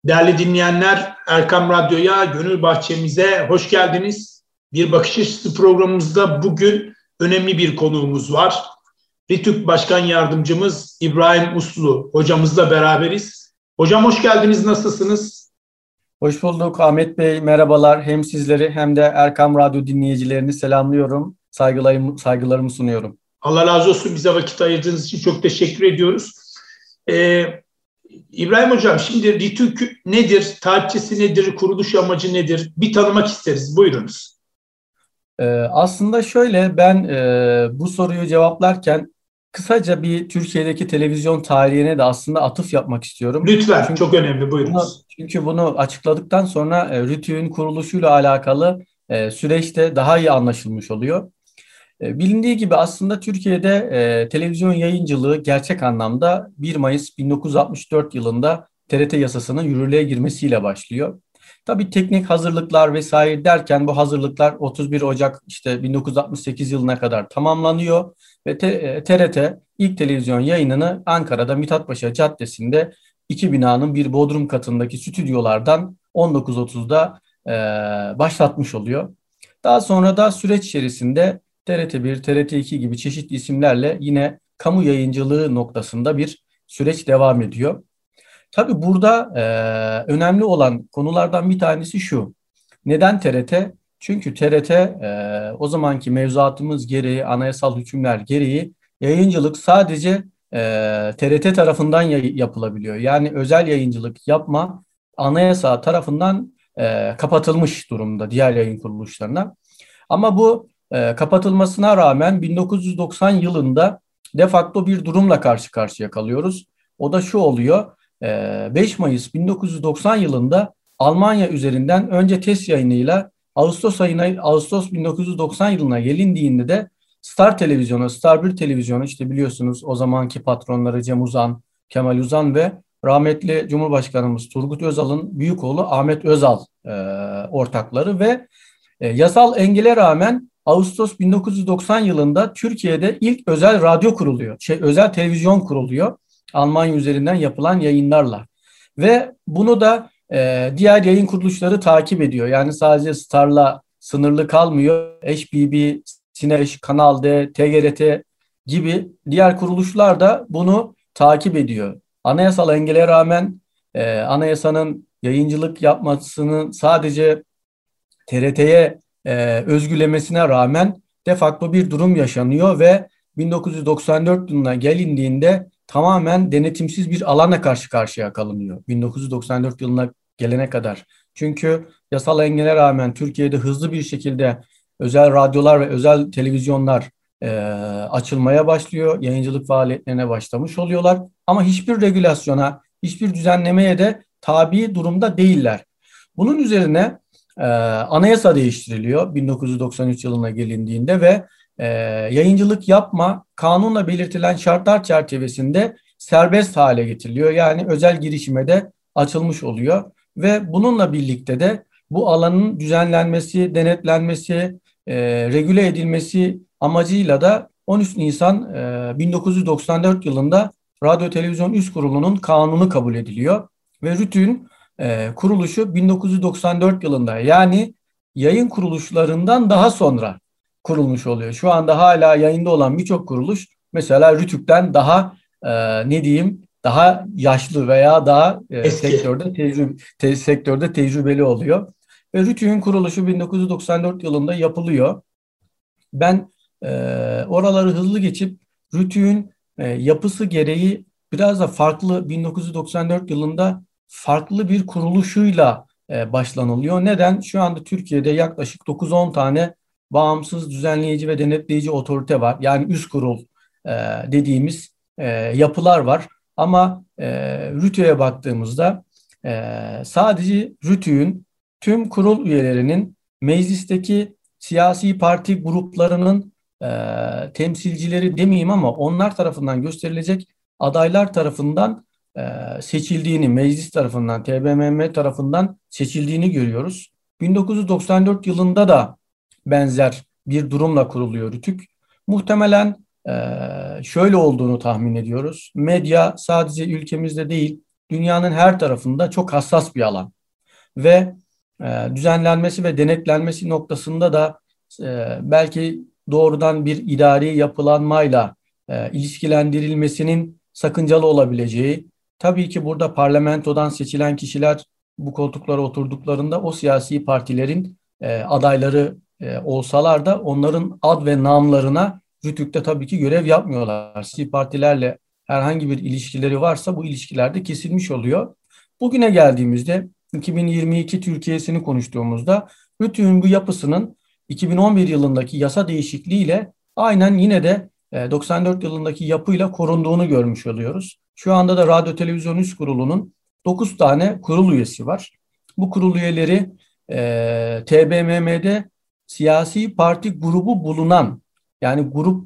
Değerli dinleyenler, Erkam Radyo'ya, Gönül Bahçemize hoş geldiniz. Bir Bakış Açısı programımızda bugün önemli bir konuğumuz var. RİTÜK Başkan Yardımcımız İbrahim Uslu hocamızla beraberiz. Hocam hoş geldiniz, nasılsınız? Hoş bulduk Ahmet Bey, merhabalar. Hem sizleri hem de Erkam Radyo dinleyicilerini selamlıyorum. Saygılarımı sunuyorum. Allah razı olsun, bize vakit ayırdığınız için çok teşekkür ediyoruz. Ee, İbrahim Hocam, şimdi RİTÜK nedir, tarihçesi nedir, kuruluş amacı nedir? Bir tanımak isteriz, buyurunuz. Aslında şöyle ben bu soruyu cevaplarken kısaca bir Türkiye'deki televizyon tarihine de aslında atıf yapmak istiyorum. Lütfen, Çünkü çok önemli, bunu buyurunuz. çünkü bunu açıkladıktan sonra RTÜK'ün kuruluşuyla alakalı süreçte daha iyi anlaşılmış oluyor. Bilindiği gibi aslında Türkiye'de televizyon yayıncılığı gerçek anlamda 1 Mayıs 1964 yılında TRT yasasının yürürlüğe girmesiyle başlıyor. Tabii teknik hazırlıklar vesaire derken bu hazırlıklar 31 Ocak işte 1968 yılına kadar tamamlanıyor ve TRT ilk televizyon yayınını Ankara'da Mithatpaşa Caddesi'nde iki binanın bir bodrum katındaki stüdyolardan 19.30'da başlatmış oluyor. Daha sonra da süreç içerisinde TRT1, TRT2 gibi çeşitli isimlerle yine kamu yayıncılığı noktasında bir süreç devam ediyor. Tabii burada önemli olan konulardan bir tanesi şu. Neden TRT? Çünkü TRT o zamanki mevzuatımız gereği, anayasal hükümler gereği yayıncılık sadece TRT tarafından yapılabiliyor. Yani özel yayıncılık yapma anayasa tarafından kapatılmış durumda diğer yayın kuruluşlarına. Ama bu kapatılmasına rağmen 1990 yılında de facto bir durumla karşı karşıya kalıyoruz. O da şu oluyor. 5 Mayıs 1990 yılında Almanya üzerinden önce test yayınıyla Ağustos 1990 yılına gelindiğinde de Star Televizyonu, Star 1 Televizyonu işte biliyorsunuz o zamanki patronları Cem Uzan, Kemal Uzan ve rahmetli Cumhurbaşkanımız Turgut Özal'ın büyük oğlu Ahmet Özal ortakları ve yasal engele rağmen Ağustos 1990 yılında Türkiye'de ilk özel radyo kuruluyor. Özel televizyon kuruluyor. Almanya üzerinden yapılan yayınlarla. Ve bunu da diğer yayın kuruluşları takip ediyor. Yani sadece Star'la sınırlı kalmıyor. HBB, Sineş, Kanal D, TGRT gibi diğer kuruluşlar da bunu takip ediyor. Anayasal engele rağmen anayasanın yayıncılık yapmasının sadece TRT'ye özgülemesine rağmen de facto bir durum yaşanıyor ve 1994 yılına gelindiğinde tamamen denetimsiz bir alana karşı karşıya kalınıyor. 1994 yılına gelene kadar. Çünkü yasal engele rağmen Türkiye'de hızlı bir şekilde özel radyolar ve özel televizyonlar açılmaya başlıyor. Yayıncılık faaliyetlerine başlamış oluyorlar. Ama hiçbir regülasyona, hiçbir düzenlemeye de tabi durumda değiller. Bunun üzerine anayasa değiştiriliyor 1993 yılına gelindiğinde ve yayıncılık yapma kanunla belirtilen şartlar çerçevesinde serbest hale getiriliyor. Yani özel girişime de açılmış oluyor ve bununla birlikte de bu alanın düzenlenmesi, denetlenmesi, regüle edilmesi amacıyla da 13 Nisan 1994 yılında Radyo Televizyon Üst Kurulu'nun kanunu kabul ediliyor ve RTÜK'ün kuruluşu 1994 yılında yani yayın kuruluşlarından daha sonra kurulmuş oluyor. Şu anda hala yayında olan birçok kuruluş mesela RTÜK'ten daha ne diyeyim daha yaşlı veya daha Eski. sektörde tecrübeli oluyor. Ve RTÜK'ün kuruluşu 1994 yılında yapılıyor. Ben oraları hızlı geçip RTÜK'ün yapısı gereği biraz da farklı 1994 yılında farklı bir kuruluşuyla başlanılıyor. Neden? Şu anda Türkiye'de yaklaşık 9-10 tane bağımsız düzenleyici ve denetleyici otorite var. Yani üst kurul e, dediğimiz yapılar var. Ama RTÜK'e baktığımızda sadece RTÜK'ün tüm kurul üyelerinin meclisteki siyasi parti gruplarının temsilcileri demeyeyim ama onlar tarafından gösterilecek adaylar tarafından seçildiğini, meclis tarafından, TBMM tarafından seçildiğini görüyoruz. 1994 yılında da benzer bir durumla kuruluyor RTÜK. Muhtemelen şöyle olduğunu tahmin ediyoruz. Medya sadece ülkemizde değil, dünyanın her tarafında çok hassas bir alan ve düzenlenmesi ve denetlenmesi noktasında da belki doğrudan bir idari yapılanmayla ilişkilendirilmesinin sakıncalı olabileceği, tabii ki burada parlamentodan seçilen kişiler bu koltuklara oturduklarında o siyasi partilerin adayları olsalar da onların ad ve namlarına Rütük'te tabii ki görev yapmıyorlar. Siyasi partilerle herhangi bir ilişkileri varsa bu ilişkilerde kesilmiş oluyor. Bugüne geldiğimizde 2022 Türkiye'sini konuştuğumuzda Rütük'ün bu yapısının 2011 yılındaki yasa değişikliğiyle aynen yine de 94 yılındaki yapıyla korunduğunu görmüş oluyoruz. Şu anda da Radyo Televizyon Üst Kurulu'nun 9 tane kurul üyesi var. Bu kurul üyeleri TBMM'de siyasi parti grubu bulunan, yani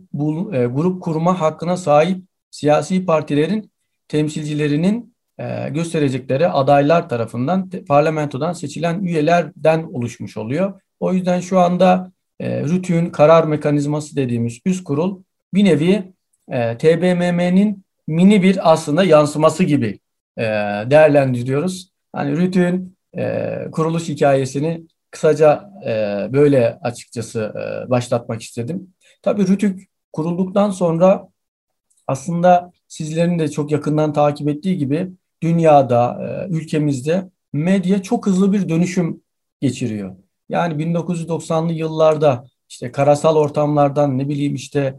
grup kurma hakkına sahip siyasi partilerin temsilcilerinin gösterecekleri adaylar tarafından parlamentodan seçilen üyelerden oluşmuş oluyor. O yüzden şu anda Rütük'ün karar mekanizması dediğimiz üst kurul bir nevi TBMM'nin mini bir aslında yansıması gibi değerlendiriyoruz. Hani Rütük'ün kuruluş hikayesini kısaca böyle açıkçası başlatmak istedim. Tabii Rütük kurulduktan sonra aslında sizlerin de çok yakından takip ettiği gibi dünyada, ülkemizde medya çok hızlı bir dönüşüm geçiriyor. Yani 1990'lı yıllarda işte karasal ortamlardan ne bileyim işte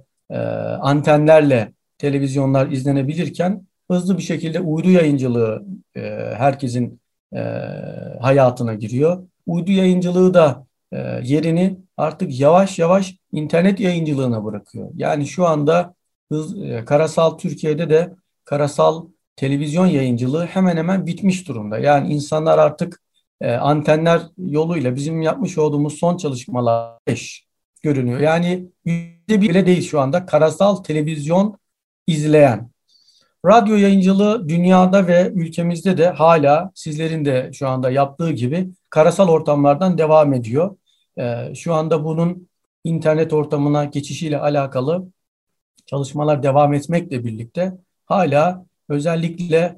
antenlerle televizyonlar izlenebilirken hızlı bir şekilde uydu yayıncılığı herkesin e, hayatına giriyor. Uydu yayıncılığı da yerini artık yavaş yavaş internet yayıncılığına bırakıyor. Yani şu anda karasal Türkiye'de de karasal televizyon yayıncılığı hemen hemen bitmiş durumda. Yani insanlar artık antenler yoluyla bizim yapmış olduğumuz son çalışmalar 5 görünüyor. Yani %1 bile değil şu anda karasal televizyon izleyen. Radyo yayıncılığı dünyada ve ülkemizde de hala sizlerin de şu anda yaptığı gibi karasal ortamlardan devam ediyor. Şu anda bunun internet ortamına geçişiyle alakalı çalışmalar devam etmekle birlikte hala özellikle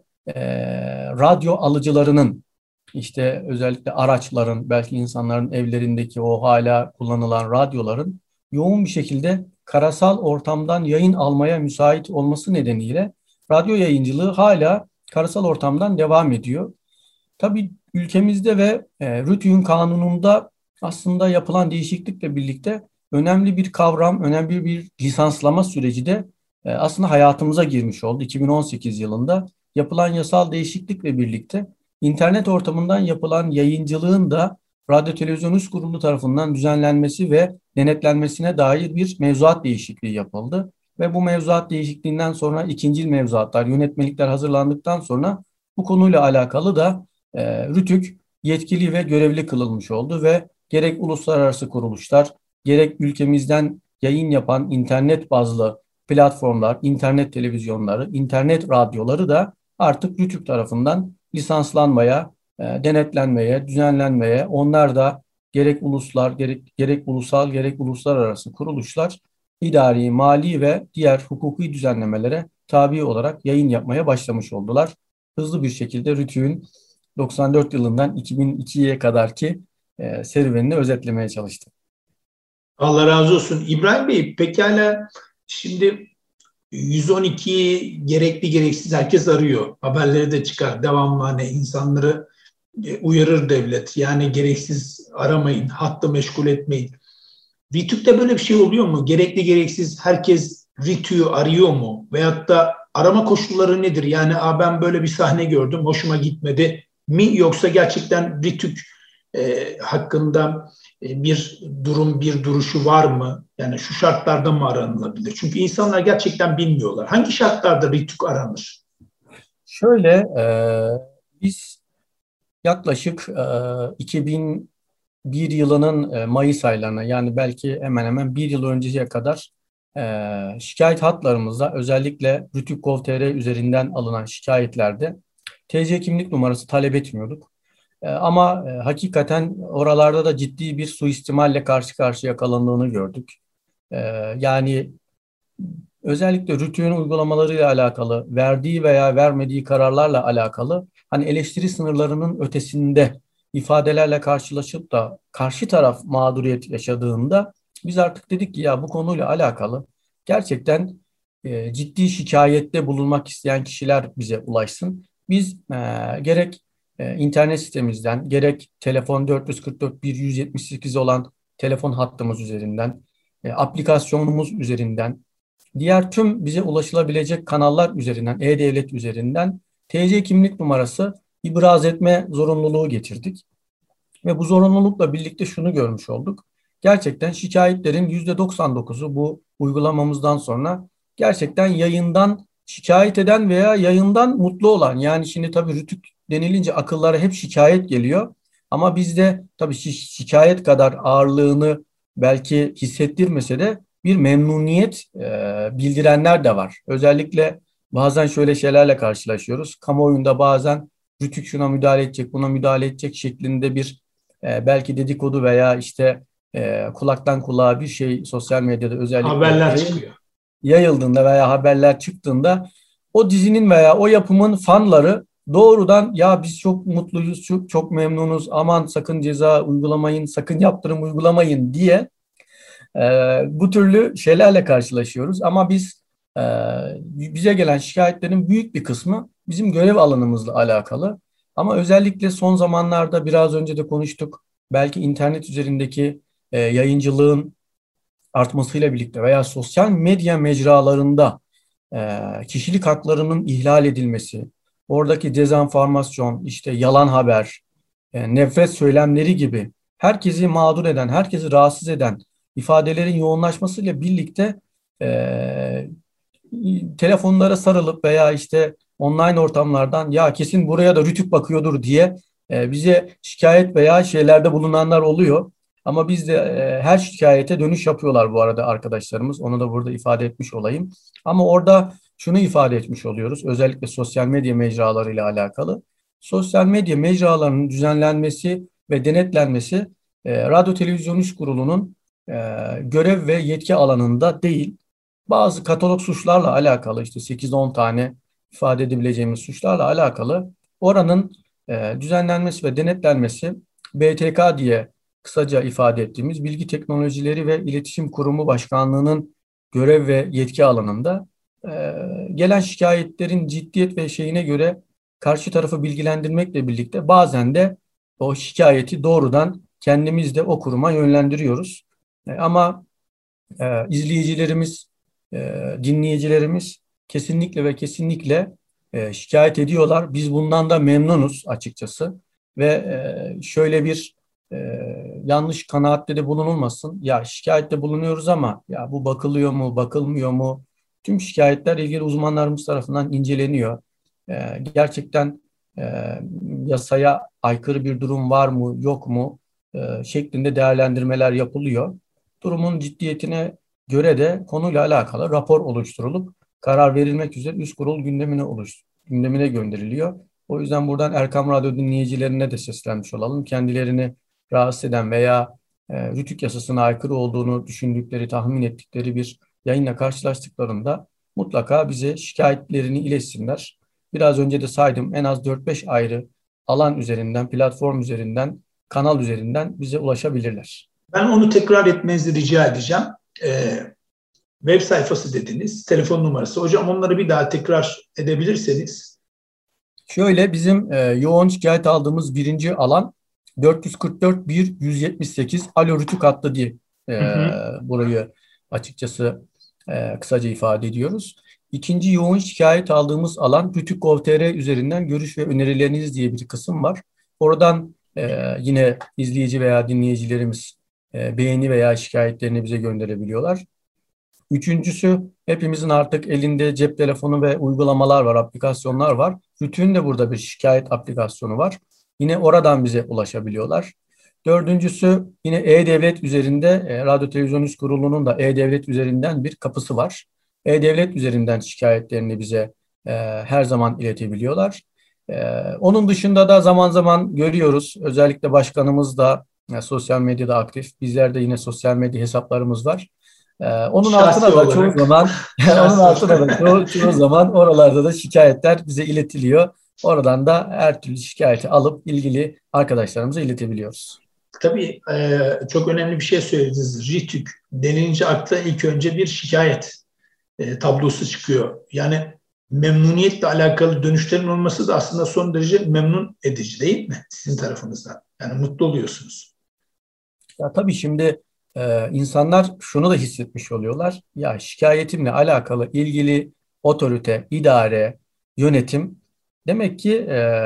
radyo alıcılarının işte özellikle araçların belki insanların evlerindeki o hala kullanılan radyoların yoğun bir şekilde karasal ortamdan yayın almaya müsait olması nedeniyle radyo yayıncılığı hala karasal ortamdan devam ediyor. Tabii ülkemizde ve Rütük'ün kanununda aslında yapılan değişiklikle birlikte önemli bir kavram, önemli bir lisanslama süreci de aslında hayatımıza girmiş oldu. 2018 yılında yapılan yasal değişiklikle birlikte internet ortamından yapılan yayıncılığın da Radyo Televizyon Üst Kurulu tarafından düzenlenmesi ve denetlenmesine dair bir mevzuat değişikliği yapıldı. Ve bu mevzuat değişikliğinden sonra ikincil mevzuatlar, yönetmelikler hazırlandıktan sonra bu konuyla alakalı da Rütük yetkili ve görevli kılınmış oldu ve gerek uluslararası kuruluşlar, gerek ülkemizden yayın yapan internet bazlı platformlar, internet televizyonları, internet radyoları da artık Rütük tarafından lisanslanmaya, denetlenmeye, düzenlenmeye, onlar da gerek uluslar, gerek ulusal, gerek uluslararası kuruluşlar idari, mali ve diğer hukuki düzenlemelere tabi olarak yayın yapmaya başlamış oldular. Hızlı bir şekilde Rütük'ün 94 yılından 2002'ye kadarki serüvenini özetlemeye çalıştım. Allah razı olsun. İbrahim Bey, pekala şimdi 112'yi gerekli gereksiz herkes arıyor. Haberleri de çıkar. Devamlı hani insanları uyarır devlet. Yani gereksiz aramayın, hattı meşgul etmeyin. Rütük'te böyle bir şey oluyor mu? Gerekli gereksiz herkes Rütük'ü arıyor mu? Veyahut da arama koşulları nedir? Yani ben böyle bir sahne gördüm, hoşuma gitmedi mi? Yoksa gerçekten Rütük hakkında bir durum, bir duruşu var mı? Yani şu şartlarda mı aranılabilir? Çünkü insanlar gerçekten bilmiyorlar. Hangi şartlarda Rütük aranır? Şöyle, biz yaklaşık 2001 yılının Mayıs aylarına yani belki hemen hemen bir yıl önceye kadar şikayet hatlarımızda özellikle Rütük.gov.tr üzerinden alınan şikayetlerde TC kimlik numarası talep etmiyorduk. Ama hakikaten oralarda da ciddi bir suistimalle karşı karşıya kalındığını gördük. Yani özellikle RTÜK'ün uygulamalarıyla alakalı, verdiği veya vermediği kararlarla alakalı hani eleştiri sınırlarının ötesinde ifadelerle karşılaşıp da karşı taraf mağduriyet yaşadığında biz artık dedik ki ya bu konuyla alakalı gerçekten ciddi şikayette bulunmak isteyen kişiler bize ulaşsın. Biz gerek internet sitemizden, gerek telefon 444 1178 olan telefon hattımız üzerinden, aplikasyonumuz üzerinden, diğer tüm bize ulaşılabilecek kanallar üzerinden, e-devlet üzerinden TC kimlik numarası ibraz etme zorunluluğu getirdik. Ve bu zorunlulukla birlikte şunu görmüş olduk. Gerçekten şikayetlerin %99'u bu uygulamamızdan sonra gerçekten yayından şikayet eden veya yayından mutlu olan. Yani şimdi tabii RTÜK denilince akıllara hep şikayet geliyor. Ama bizde tabii şikayet kadar ağırlığını belki hissettirmese de bir memnuniyet bildirenler de var. Özellikle bazen şöyle şeylerle karşılaşıyoruz. Kamuoyunda bazen RTÜK şuna müdahale edecek, buna müdahale edecek şeklinde bir belki dedikodu veya işte kulaktan kulağa bir şey sosyal medyada özellikle haberler çıkıyor. Yayıldığında veya haberler çıktığında o dizinin veya o yapımın fanları doğrudan ya biz çok mutluyuz, çok memnunuz, aman sakın ceza uygulamayın, sakın yaptırım uygulamayın diye bu türlü şeylerle karşılaşıyoruz. Ama biz bize gelen şikayetlerin büyük bir kısmı bizim görev alanımızla alakalı. Ama özellikle son zamanlarda biraz önce de konuştuk. Belki internet üzerindeki yayıncılığın artmasıyla birlikte veya sosyal medya mecralarında kişilik haklarının ihlal edilmesi, oradaki dezenformasyon, işte yalan haber, nefret söylemleri gibi herkesi mağdur eden, herkesi rahatsız eden ifadelerin yoğunlaşmasıyla birlikte telefonlara sarılıp veya işte online ortamlardan ya kesin buraya da RTÜK bakıyordur diye bize şikayet veya şeylerde bulunanlar oluyor. Ama biz de her şikayete dönüş yapıyorlar bu arada arkadaşlarımız. Onu da burada ifade etmiş olayım. Ama orada şunu ifade etmiş oluyoruz. Özellikle sosyal medya mecralarıyla alakalı. Sosyal medya mecralarının düzenlenmesi ve denetlenmesi Radyo Televizyon İş Kurulu'nun görev ve yetki alanında değil. Bazı katalog suçlarla alakalı işte 8-10 tane ifade edebileceğimiz suçlarla alakalı oranın düzenlenmesi ve denetlenmesi BTK diye kısaca ifade ettiğimiz Bilgi Teknolojileri ve İletişim Kurumu Başkanlığı'nın görev ve yetki alanında gelen şikayetlerin ciddiyet ve şeyine göre karşı tarafı bilgilendirmekle birlikte bazen de o şikayeti doğrudan kendimiz de o kuruma yönlendiriyoruz. Ama izleyicilerimiz, dinleyicilerimiz kesinlikle ve kesinlikle şikayet ediyorlar. Biz bundan da memnunuz açıkçası. Ve şöyle bir yanlış kanaatte de bulunulmasın. Ya şikayette bulunuyoruz ama ya bu bakılıyor mu, bakılmıyor mu? Tüm şikayetler ilgili uzmanlarımız tarafından inceleniyor. Gerçekten yasaya aykırı bir durum var mı, yok mu şeklinde değerlendirmeler yapılıyor. Durumun ciddiyetine göre de konuyla alakalı rapor oluşturulup karar verilmek üzere üst kurul gündemine gönderiliyor. O yüzden buradan Erkam Radyo dinleyicilerine de seslenmiş olalım. Kendilerini rahatsız eden veya RTÜK yasasına aykırı olduğunu düşündükleri, tahmin ettikleri bir yayınla karşılaştıklarında mutlaka bize şikayetlerini iletsinler. Biraz önce de saydım en az 4-5 ayrı alan üzerinden, platform üzerinden, kanal üzerinden bize ulaşabilirler. Ben onu tekrar etmenizi rica edeceğim. Web sayfası dediniz, telefon numarası. Hocam onları bir daha tekrar edebilirseniz. Şöyle bizim yoğun şikayet aldığımız birinci alan 444 178 Alo RTÜK hattı diye burayı açıkçası kısaca ifade ediyoruz. İkinci yoğun şikayet aldığımız alan rtük.gov.tr üzerinden görüş ve önerileriniz diye bir kısım var. Oradan yine izleyici veya dinleyicilerimiz beğeni veya şikayetlerini bize gönderebiliyorlar. Üçüncüsü hepimizin artık elinde cep telefonu ve uygulamalar var, aplikasyonlar var. RTÜK'ün de burada bir şikayet aplikasyonu var. Yine oradan bize ulaşabiliyorlar. Dördüncüsü yine E-Devlet üzerinde Radyo Televizyon İş Kurulu'nun da E-Devlet üzerinden bir kapısı var. E-Devlet üzerinden şikayetlerini bize her zaman iletebiliyorlar. Onun dışında da zaman zaman görüyoruz. Özellikle başkanımız da sosyal medyada aktif. Bizler de yine sosyal medya hesaplarımız var. Onun Şahsi altına da çoğu olarak. zaman onun Şahsi altına da olarak. çoğu zaman oralarda da şikayetler bize iletiliyor. Oradan da her türlü şikayeti alıp ilgili arkadaşlarımıza iletebiliyoruz. Tabii çok önemli bir şey söylediniz. RİTÜK denince akla ilk önce bir şikayet tablosu çıkıyor. Yani memnuniyetle alakalı dönüşlerin olması da aslında son derece memnun edici değil mi sizin tarafınızdan? Yani mutlu oluyorsunuz. Ya tabii şimdi insanlar şunu da hissetmiş oluyorlar. Ya şikayetimle alakalı ilgili otorite, idare, yönetim demek ki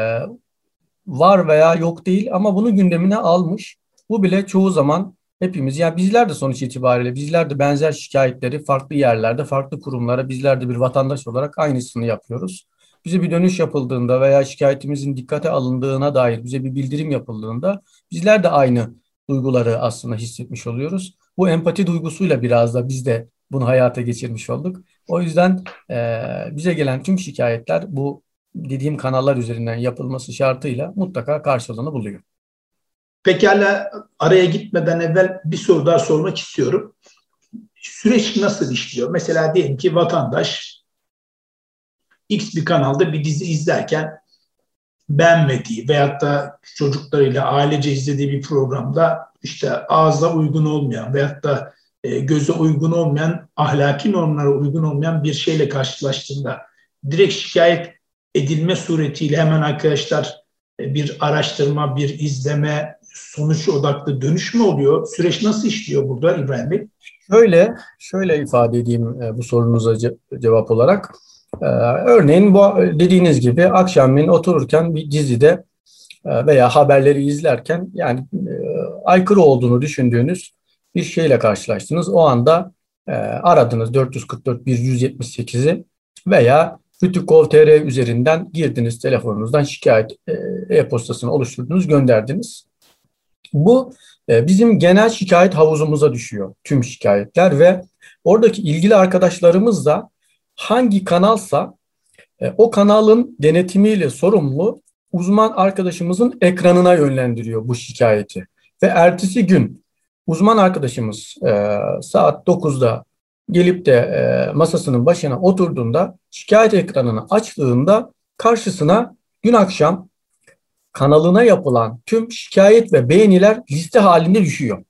var veya yok değil ama bunu gündemine almış. Bu bile çoğu zaman hepimiz, yani bizler de sonuç itibariyle bizler de benzer şikayetleri farklı yerlerde, farklı kurumlara bizler de bir vatandaş olarak aynısını yapıyoruz. Bize bir dönüş yapıldığında veya şikayetimizin dikkate alındığına dair bize bir bildirim yapıldığında bizler de aynı duyguları aslında hissetmiş oluyoruz. Bu empati duygusuyla biraz da biz de bunu hayata geçirmiş olduk. O yüzden bize gelen tüm şikayetler bu dediğim kanallar üzerinden yapılması şartıyla mutlaka karşılığını buluyor. Pekala, araya gitmeden evvel bir soru daha sormak istiyorum. Süreç nasıl işliyor? Mesela diyelim ki vatandaş X bir kanalda bir dizi izlerken beğenmediği veyahut da çocuklarıyla ailece izlediği bir programda işte ağza uygun olmayan veyahut da göze uygun olmayan, ahlaki normlara uygun olmayan bir şeyle karşılaştığında direkt şikayet edilme suretiyle hemen arkadaşlar bir araştırma, bir izleme, sonuç odaklı dönüş mü oluyor? Süreç nasıl işliyor burada İbrahim Bey? Şöyle ifade edeyim bu sorunuza cevap olarak. Örneğin bu dediğiniz gibi akşamleyin otururken bir dizide veya haberleri izlerken yani aykırı olduğunu düşündüğünüz bir şeyle karşılaştınız. O anda aradınız 444 178'i veya Rütük.gov.tr üzerinden girdiniz telefonunuzdan şikayet e-postasını oluşturdunuz, gönderdiniz. Bu bizim genel şikayet havuzumuza düşüyor tüm şikayetler ve oradaki ilgili arkadaşlarımız da hangi kanalsa o kanalın denetimiyle sorumlu uzman arkadaşımızın ekranına yönlendiriyor bu şikayeti. Ve ertesi gün uzman arkadaşımız saat 9'da gelip de masasının başına oturduğunda şikayet ekranını açtığında karşısına dün akşam kanalına yapılan tüm şikayet ve beğeniler liste halinde düşüyor.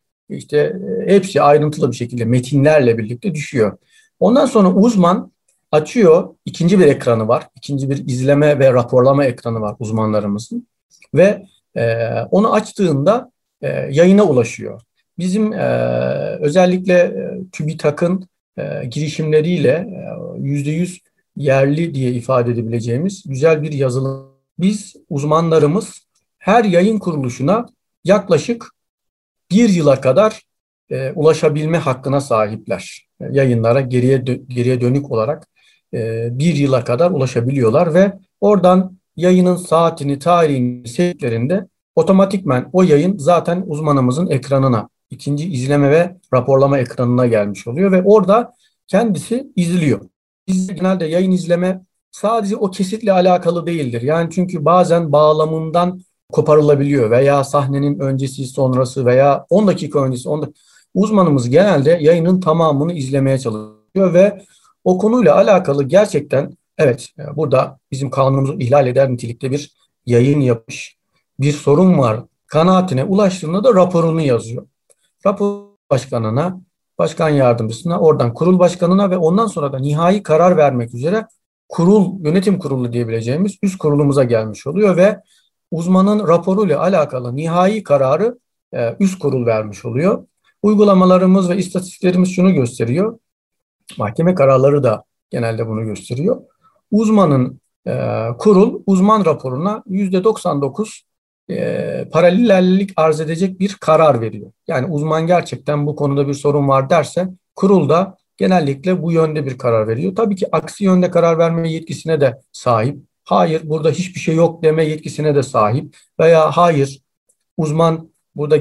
İşte hepsi ayrıntılı bir şekilde metinlerle birlikte düşüyor. Ondan sonra uzman açıyor, ikinci bir ekranı var. İkinci bir izleme ve raporlama ekranı var uzmanlarımızın. Ve onu açtığında yayına ulaşıyor. Bizim özellikle TÜBİTAK'ın girişimleriyle %100 yerli diye ifade edebileceğimiz güzel bir yazılım. Biz uzmanlarımız her yayın kuruluşuna yaklaşık bir yıla kadar ulaşabilme hakkına sahipler. Yayınlara geriye dönük olarak bir yıla kadar ulaşabiliyorlar ve oradan yayının saatini, tarihini seçtiklerinde otomatikman o yayın zaten uzmanımızın ekranına, ikinci izleme ve raporlama ekranına gelmiş oluyor ve orada kendisi izliyor. Biz genelde yayın izleme sadece o kesitle alakalı değildir. Yani çünkü bazen bağlamından koparılabiliyor veya sahnenin öncesi, sonrası veya 10 dakika öncesi. Uzmanımız genelde yayının tamamını izlemeye çalışıyor ve o konuyla alakalı gerçekten evet burada bizim kanunumuzu ihlal eder nitelikte bir yayın yapmış, bir sorun var kanaatine ulaştığında da raporunu yazıyor. Rapor başkanına, başkan yardımcısına, oradan kurul başkanına ve ondan sonra da nihai karar vermek üzere yönetim kurulu diyebileceğimiz üst kurulumuza gelmiş oluyor ve uzmanın raporuyla alakalı nihai kararı üst kurul vermiş oluyor. Uygulamalarımız ve istatistiklerimiz şunu gösteriyor. Mahkeme kararları da genelde bunu gösteriyor. Kurul uzman raporuna %99 paralellik arz edecek bir karar veriyor. Yani uzman gerçekten bu konuda bir sorun var derse kurul da genellikle bu yönde bir karar veriyor. Tabii ki aksi yönde karar verme yetkisine de sahip. Hayır, burada hiçbir şey yok deme yetkisine de sahip. Veya hayır, uzman burada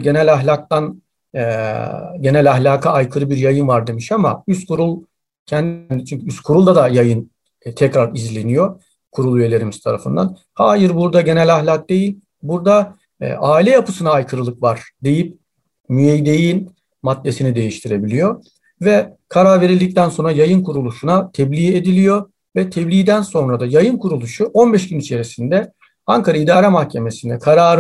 genel ahlaka aykırı bir yayın var demiş ama üst kurul çünkü üst kurulda da yayın tekrar izleniyor kurul üyelerimiz tarafından. Hayır, burada genel ahlak değil, burada aile yapısına aykırılık var deyip müeyyideyin maddesini değiştirebiliyor. ve karar verildikten sonra yayın kuruluşuna tebliğ ediliyor ve tebliğden sonra da yayın kuruluşu 15 gün içerisinde Ankara İdare Mahkemesi'ne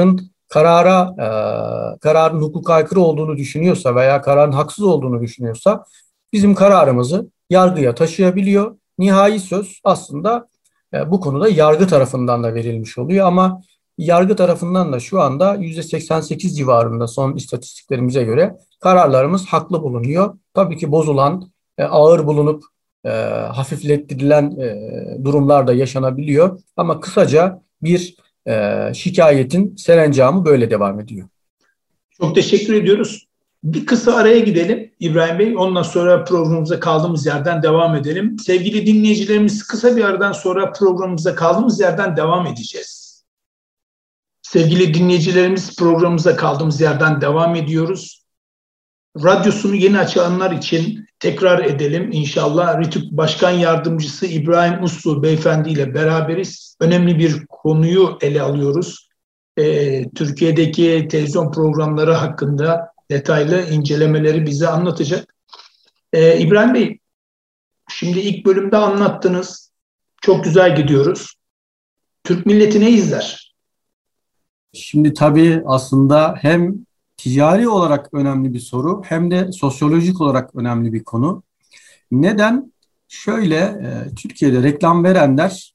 kararın hukuka aykırı olduğunu düşünüyorsa veya kararın haksız olduğunu düşünüyorsa bizim kararımızı yargıya taşıyabiliyor. Nihai söz aslında bu konuda yargı tarafından da verilmiş oluyor ama yargı tarafından da şu anda %88 civarında son istatistiklerimize göre kararlarımız haklı bulunuyor. Tabii ki bozulan, ağır bulunup hafiflettirilen durumlar da yaşanabiliyor. Ama kısaca bir şikayetin serencamı böyle devam ediyor. Çok teşekkür ediyoruz. Bir kısa araya gidelim İbrahim Bey. Ondan sonra programımıza kaldığımız yerden devam edelim. Sevgili dinleyicilerimiz, kısa bir aradan sonra programımıza kaldığımız yerden devam edeceğiz. Sevgili dinleyicilerimiz, programımıza kaldığımız yerden devam ediyoruz. Radyosunu yeni açanlar için tekrar edelim inşallah. RİTÜK Başkan Yardımcısı İbrahim Uslu Beyefendi ile beraberiz. Önemli bir konuyu ele alıyoruz. Türkiye'deki televizyon programları hakkında detaylı incelemeleri bize anlatacak. İbrahim Bey, şimdi ilk bölümde anlattınız. Çok güzel gidiyoruz. Türk milleti ne izler? Şimdi tabii aslında hem ticari olarak önemli bir soru hem de sosyolojik olarak önemli bir konu. Neden? Şöyle, Türkiye'de reklam verenler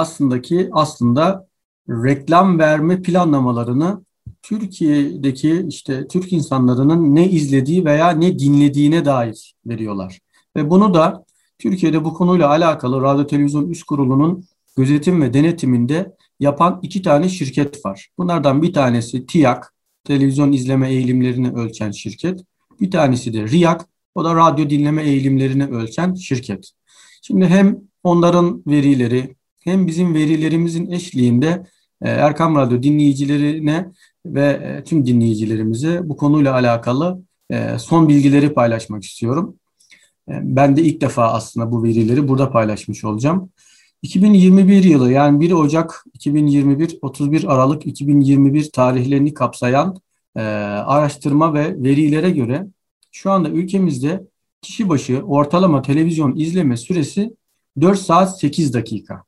aslında reklam verme planlamalarını Türkiye'deki işte Türk insanlarının ne izlediği veya ne dinlediğine dair veriyorlar. Ve bunu da Türkiye'de bu konuyla alakalı Radyo Televizyon Üst Kurulu'nun gözetim ve denetiminde yapan 2 tane şirket var. Bunlardan bir tanesi TİAK, televizyon izleme eğilimlerini ölçen şirket. Bir tanesi de RİAK, o da radyo dinleme eğilimlerini ölçen şirket. Şimdi hem onların verileri hem bizim verilerimizin eşliğinde Erkam Radyo dinleyicilerine ve tüm dinleyicilerimize bu konuyla alakalı son bilgileri paylaşmak istiyorum. Ben de ilk defa aslında bu verileri burada paylaşmış olacağım. 2021 yılı yani 1 Ocak 2021, 31 Aralık 2021 tarihlerini kapsayan araştırma ve verilere göre şu anda ülkemizde kişi başı ortalama televizyon izleme süresi 4 saat 8 dakika.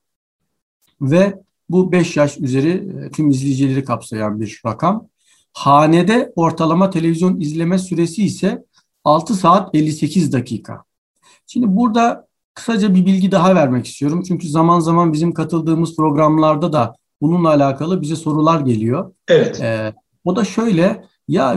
Ve bu 5 yaş üzeri tüm izleyicileri kapsayan bir rakam. Hanede ortalama televizyon izleme süresi ise 6 saat 58 dakika. Şimdi burada kısaca bir bilgi daha vermek istiyorum. Çünkü zaman zaman bizim katıldığımız programlarda da bununla alakalı bize sorular geliyor. Evet. O da şöyle, ya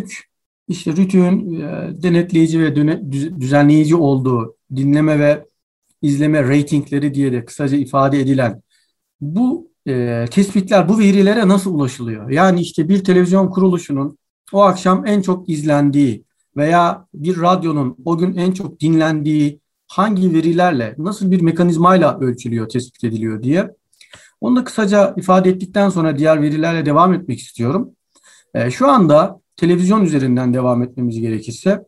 RTÜK'ün denetleyici ve düzenleyici olduğu dinleme ve izleme reytingleri diye de kısaca ifade edilen bu tespitler, bu verilere nasıl ulaşılıyor? Yani işte bir televizyon kuruluşunun o akşam en çok izlendiği veya bir radyonun o gün en çok dinlendiği hangi verilerle, nasıl bir mekanizmayla ölçülüyor, tespit ediliyor diye. Onu da kısaca ifade ettikten sonra diğer verilerle devam etmek istiyorum. Şu anda televizyon üzerinden devam etmemiz gerekirse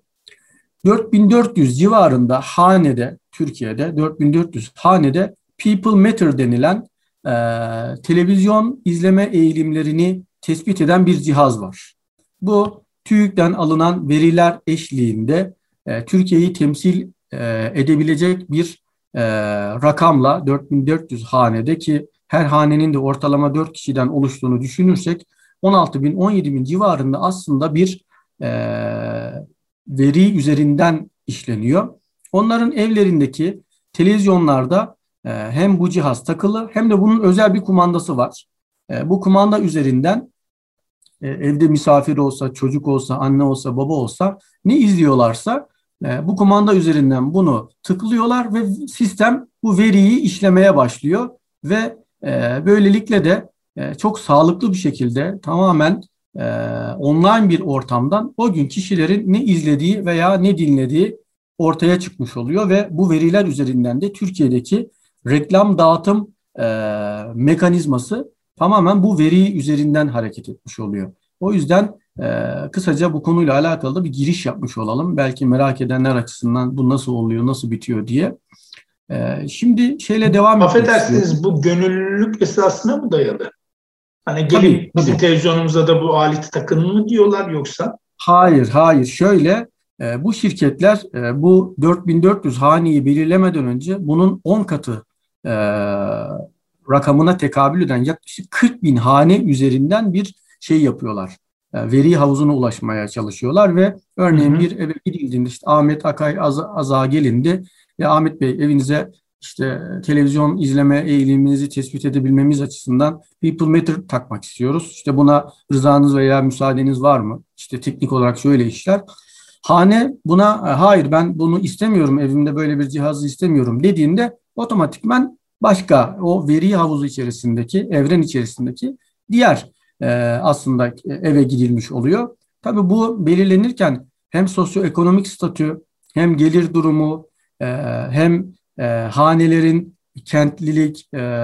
4400 civarında hanede, Türkiye'de 4400 hanede People Matter denilen televizyon izleme eğilimlerini tespit eden bir cihaz var. Bu TÜİK'ten alınan veriler eşliğinde Türkiye'yi temsil edebilecek bir rakamla 4400 hanede, ki her hanenin de ortalama 4 kişiden oluştuğunu düşünürsek 16.000-17.000 civarında aslında bir veri üzerinden işleniyor. Onların evlerindeki televizyonlarda hem bu cihaz takılı hem de bunun özel bir kumandası var. Bu kumanda üzerinden evde misafir olsa, çocuk olsa, anne olsa, baba olsa ne izliyorlarsa bu kumanda üzerinden bunu tıklıyorlar ve sistem bu veriyi işlemeye başlıyor ve böylelikle de çok sağlıklı bir şekilde tamamen online bir ortamdan o gün kişilerin ne izlediği veya ne dinlediği ortaya çıkmış oluyor ve bu veriler üzerinden de Türkiye'deki reklam dağıtım mekanizması tamamen bu veri üzerinden hareket etmiş oluyor. O yüzden kısaca bu konuyla alakalı da bir giriş yapmış olalım. Belki merak edenler açısından bu nasıl oluyor, nasıl bitiyor diye. Şimdi şeyle devam etmek istiyorum. Affedersiniz, bu gönüllülük esasına mı dayalı? Hani gelin bizim televizyonumuza da bu aleti takın mı diyorlar yoksa? Hayır. Şöyle, Bu şirketler bu 4400 haneyi belirlemeden önce bunun 10 katı e, rakamına tekabül eden yaklaşık 40 bin hane üzerinden bir şey yapıyorlar. Veri havuzuna ulaşmaya çalışıyorlar ve örneğin bir eve gidildiğinde işte Ahmet Akay Azak'a gelindi ve Ahmet Bey evinize işte televizyon izleme eğiliminizi tespit edebilmemiz açısından People Meter takmak istiyoruz. İşte buna rızanız veya müsaadeniz var mı? İşte teknik olarak şöyle işler. Hane buna hayır ben bunu istemiyorum, evimde böyle bir cihazı istemiyorum dediğinde otomatikman başka o veri havuzu içerisindeki, evren içerisindeki diğer aslında eve gidilmiş oluyor. Tabii bu belirlenirken hem sosyoekonomik statü, hem gelir durumu, hem hanelerin kentlilik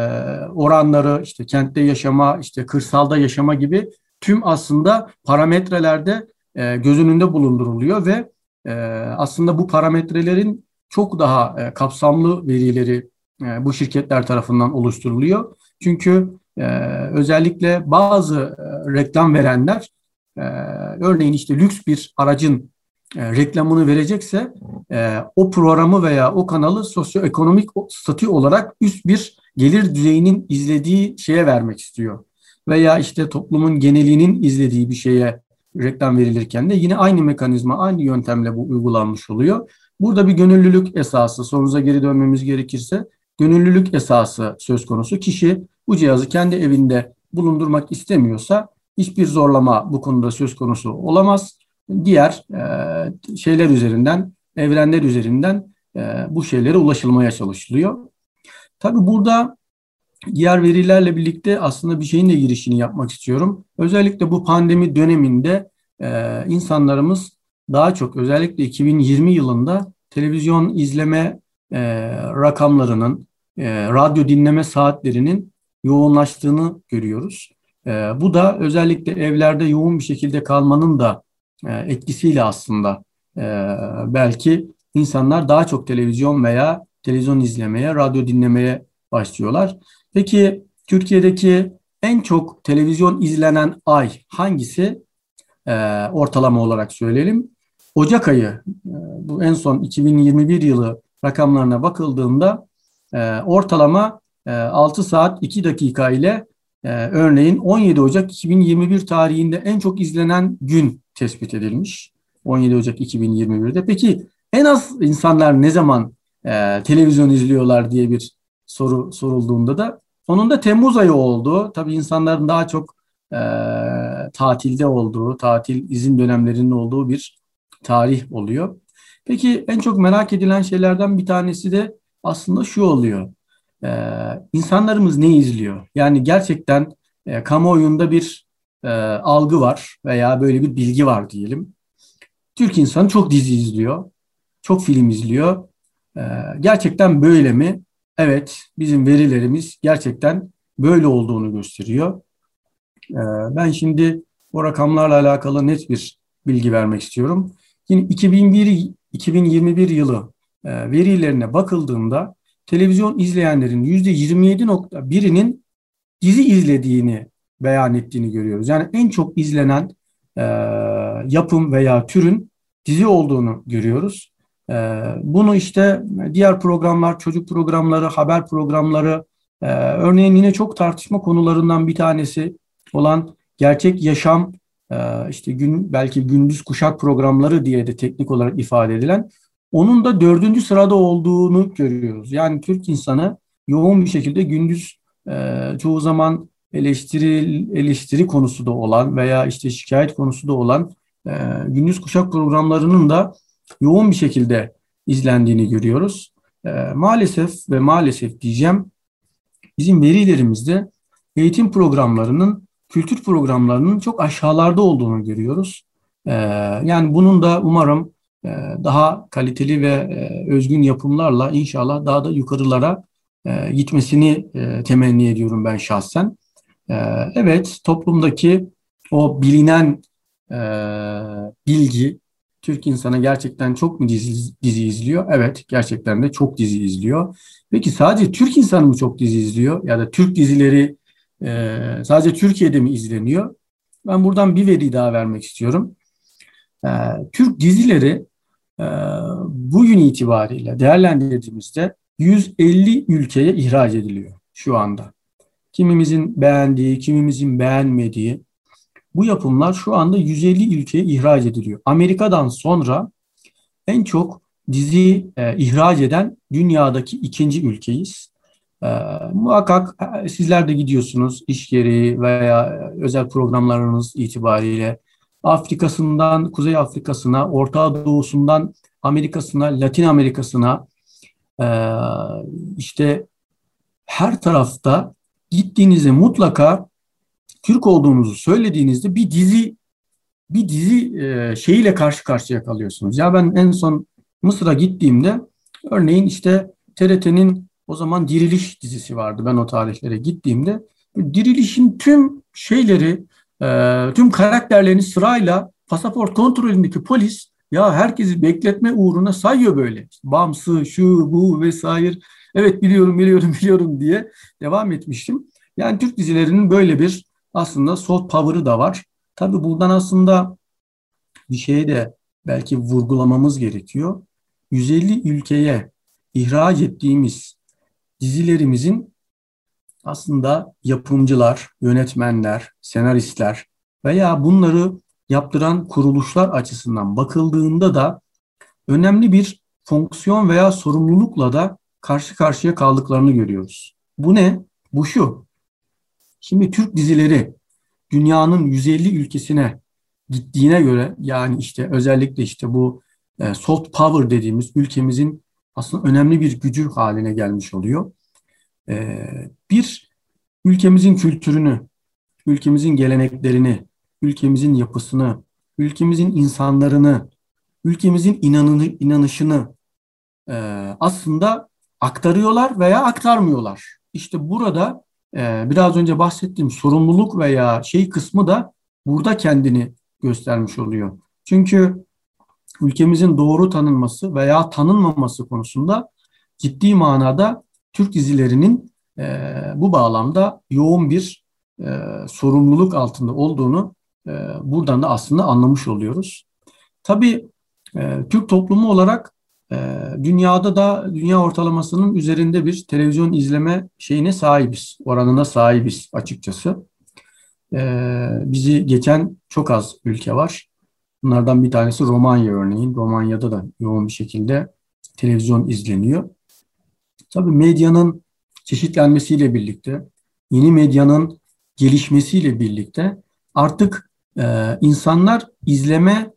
oranları, işte kentte yaşama, işte kırsalda yaşama gibi tüm aslında parametrelerde göz önünde bulunduruluyor ve aslında bu parametrelerin çok daha kapsamlı verileri bu şirketler tarafından oluşturuluyor. Çünkü özellikle bazı reklam verenler örneğin işte lüks bir aracın reklamını verecekse o programı veya o kanalı sosyoekonomik statü olarak üst bir gelir düzeyinin izlediği şeye vermek istiyor. Veya işte toplumun genelinin izlediği bir şeye reklam verilirken de yine aynı mekanizma, aynı yöntemle bu uygulanmış oluyor. Burada bir gönüllülük esası, sorunuza geri dönmemiz gerekirse, gönüllülük esası söz konusu. Kişi bu cihazı kendi evinde bulundurmak istemiyorsa hiçbir zorlama bu konuda söz konusu olamaz. Diğer şeyler üzerinden, evrenler üzerinden bu şeylere ulaşılmaya çalışılıyor. Tabii burada diğer verilerle birlikte aslında bir şeyin de girişini yapmak istiyorum. Özellikle bu pandemi döneminde insanlarımız daha çok özellikle 2020 yılında televizyon izleme rakamlarının, radyo dinleme saatlerinin yoğunlaştığını görüyoruz. Bu da özellikle evlerde yoğun bir şekilde kalmanın da etkisiyle aslında belki insanlar daha çok televizyon veya televizyon izlemeye, radyo dinlemeye başlıyorlar. Peki Türkiye'deki en çok televizyon izlenen ay hangisi? Ortalama olarak söyleyelim. Ocak ayı, bu en son 2021 yılı rakamlarına bakıldığında ortalama 6 saat 2 dakika ile örneğin 17 Ocak 2021 tarihinde en çok izlenen gün tespit edilmiş. 17 Ocak 2021'de. Peki en az insanlar ne zaman televizyon izliyorlar diye bir soru sorulduğunda da onun da Temmuz ayı olduğu, tabii insanların daha çok tatilde olduğu, tatil izin dönemlerinin olduğu bir tarih oluyor. Peki en çok merak edilen şeylerden bir tanesi de aslında şu oluyor. İnsanlarımız ne izliyor? Yani gerçekten kamuoyunda bir algı var veya böyle bir bilgi var diyelim. Türk insanı çok dizi izliyor, çok film izliyor. Gerçekten böyle mi? Evet, bizim verilerimiz gerçekten böyle olduğunu gösteriyor. Ben şimdi o rakamlarla alakalı net bir bilgi vermek istiyorum. Yine 2021 yılı verilerine bakıldığında televizyon izleyenlerin %27,1'inin dizi izlediğini beyan ettiğini görüyoruz. Yani en çok izlenen yapım veya türün dizi olduğunu görüyoruz. Bunu işte diğer programlar, çocuk programları, haber programları, örneğin yine çok tartışma konularından bir tanesi olan gerçek yaşam, işte belki gündüz kuşak programları diye de teknik olarak ifade edilen, onun da 4. sırada olduğunu görüyoruz. Yani Türk insanı yoğun bir şekilde gündüz çoğu zaman eleştiri konusu da olan veya işte şikayet konusu da olan gündüz kuşak programlarının da yoğun bir şekilde izlendiğini görüyoruz. Maalesef diyeceğim, bizim verilerimizde eğitim programlarının, kültür programlarının çok aşağılarda olduğunu görüyoruz. Yani bunun da umarım daha kaliteli ve özgün yapımlarla inşallah daha da yukarılara gitmesini temenni ediyorum ben şahsen. Evet, toplumdaki o bilinen bilgi, Türk insanı gerçekten çok mu dizi izliyor? Evet, gerçekten de çok dizi izliyor. Peki sadece Türk insanı mı çok dizi izliyor? Ya da Türk dizileri sadece Türkiye'de mi izleniyor? Ben buradan bir veri daha vermek istiyorum. Türk dizileri Bugün itibariyle değerlendirdiğimizde 150 ülkeye ihraç ediliyor şu anda. Kimimizin beğendiği, kimimizin beğenmediği bu yapımlar şu anda 150 ülkeye ihraç ediliyor. Amerika'dan sonra en çok dizi ihraç eden dünyadaki ikinci ülkeyiz. Muhakkak sizler de gidiyorsunuz iş gereği veya özel programlarınız itibariyle. Afrika'sından Kuzey Afrika'sına, Orta Doğu'sundan Amerika'sına, Latin Amerika'sına e, işte her tarafta gittiğinizde mutlaka Türk olduğunuzu söylediğinizde bir dizi şeyiyle karşı karşıya kalıyorsunuz. Ya ben en son Mısır'a gittiğimde örneğin işte TRT'nin o zaman Diriliş dizisi vardı. Ben o tarihlere gittiğimde Diriliş'in tüm şeyleri, tüm karakterlerini sırayla pasaport kontrolündeki polis ya herkesi bekletme uğruna sayıyor böyle. İşte Bamsı, şu, bu vesaire. Evet biliyorum, biliyorum, biliyorum diye devam etmiştim. Yani Türk dizilerinin böyle bir aslında soft power'ı da var. Tabii buradan aslında bir şeye de belki vurgulamamız gerekiyor. 150 ülkeye ihraç ettiğimiz dizilerimizin aslında yapımcılar, yönetmenler, senaristler veya bunları yaptıran kuruluşlar açısından bakıldığında da önemli bir fonksiyon veya sorumlulukla da karşı karşıya kaldıklarını görüyoruz. Bu ne? Bu şu. Şimdi Türk dizileri dünyanın 150 ülkesine gittiğine göre yani işte özellikle işte bu soft power dediğimiz ülkemizin aslında önemli bir gücü haline gelmiş oluyor. Bir ülkemizin kültürünü, ülkemizin geleneklerini, ülkemizin yapısını, ülkemizin insanlarını, ülkemizin inanışını aslında aktarıyorlar veya aktarmıyorlar. İşte burada biraz önce bahsettiğim sorumluluk veya şey kısmı da burada kendini göstermiş oluyor. Çünkü ülkemizin doğru tanınması veya tanınmaması konusunda ciddi manada Türk dizilerinin bu bağlamda yoğun bir sorumluluk altında olduğunu buradan da aslında anlamış oluyoruz. Tabii Türk toplumu olarak dünyada da dünya ortalamasının üzerinde bir televizyon izleme şeyine sahibiz, oranına sahibiz açıkçası. Bizi geçen çok az ülke var. Bunlardan bir tanesi Romanya örneğin. Romanya'da da yoğun bir şekilde televizyon izleniyor. Tabii medyanın çeşitlenmesiyle birlikte, yeni medyanın gelişmesiyle birlikte artık insanlar izleme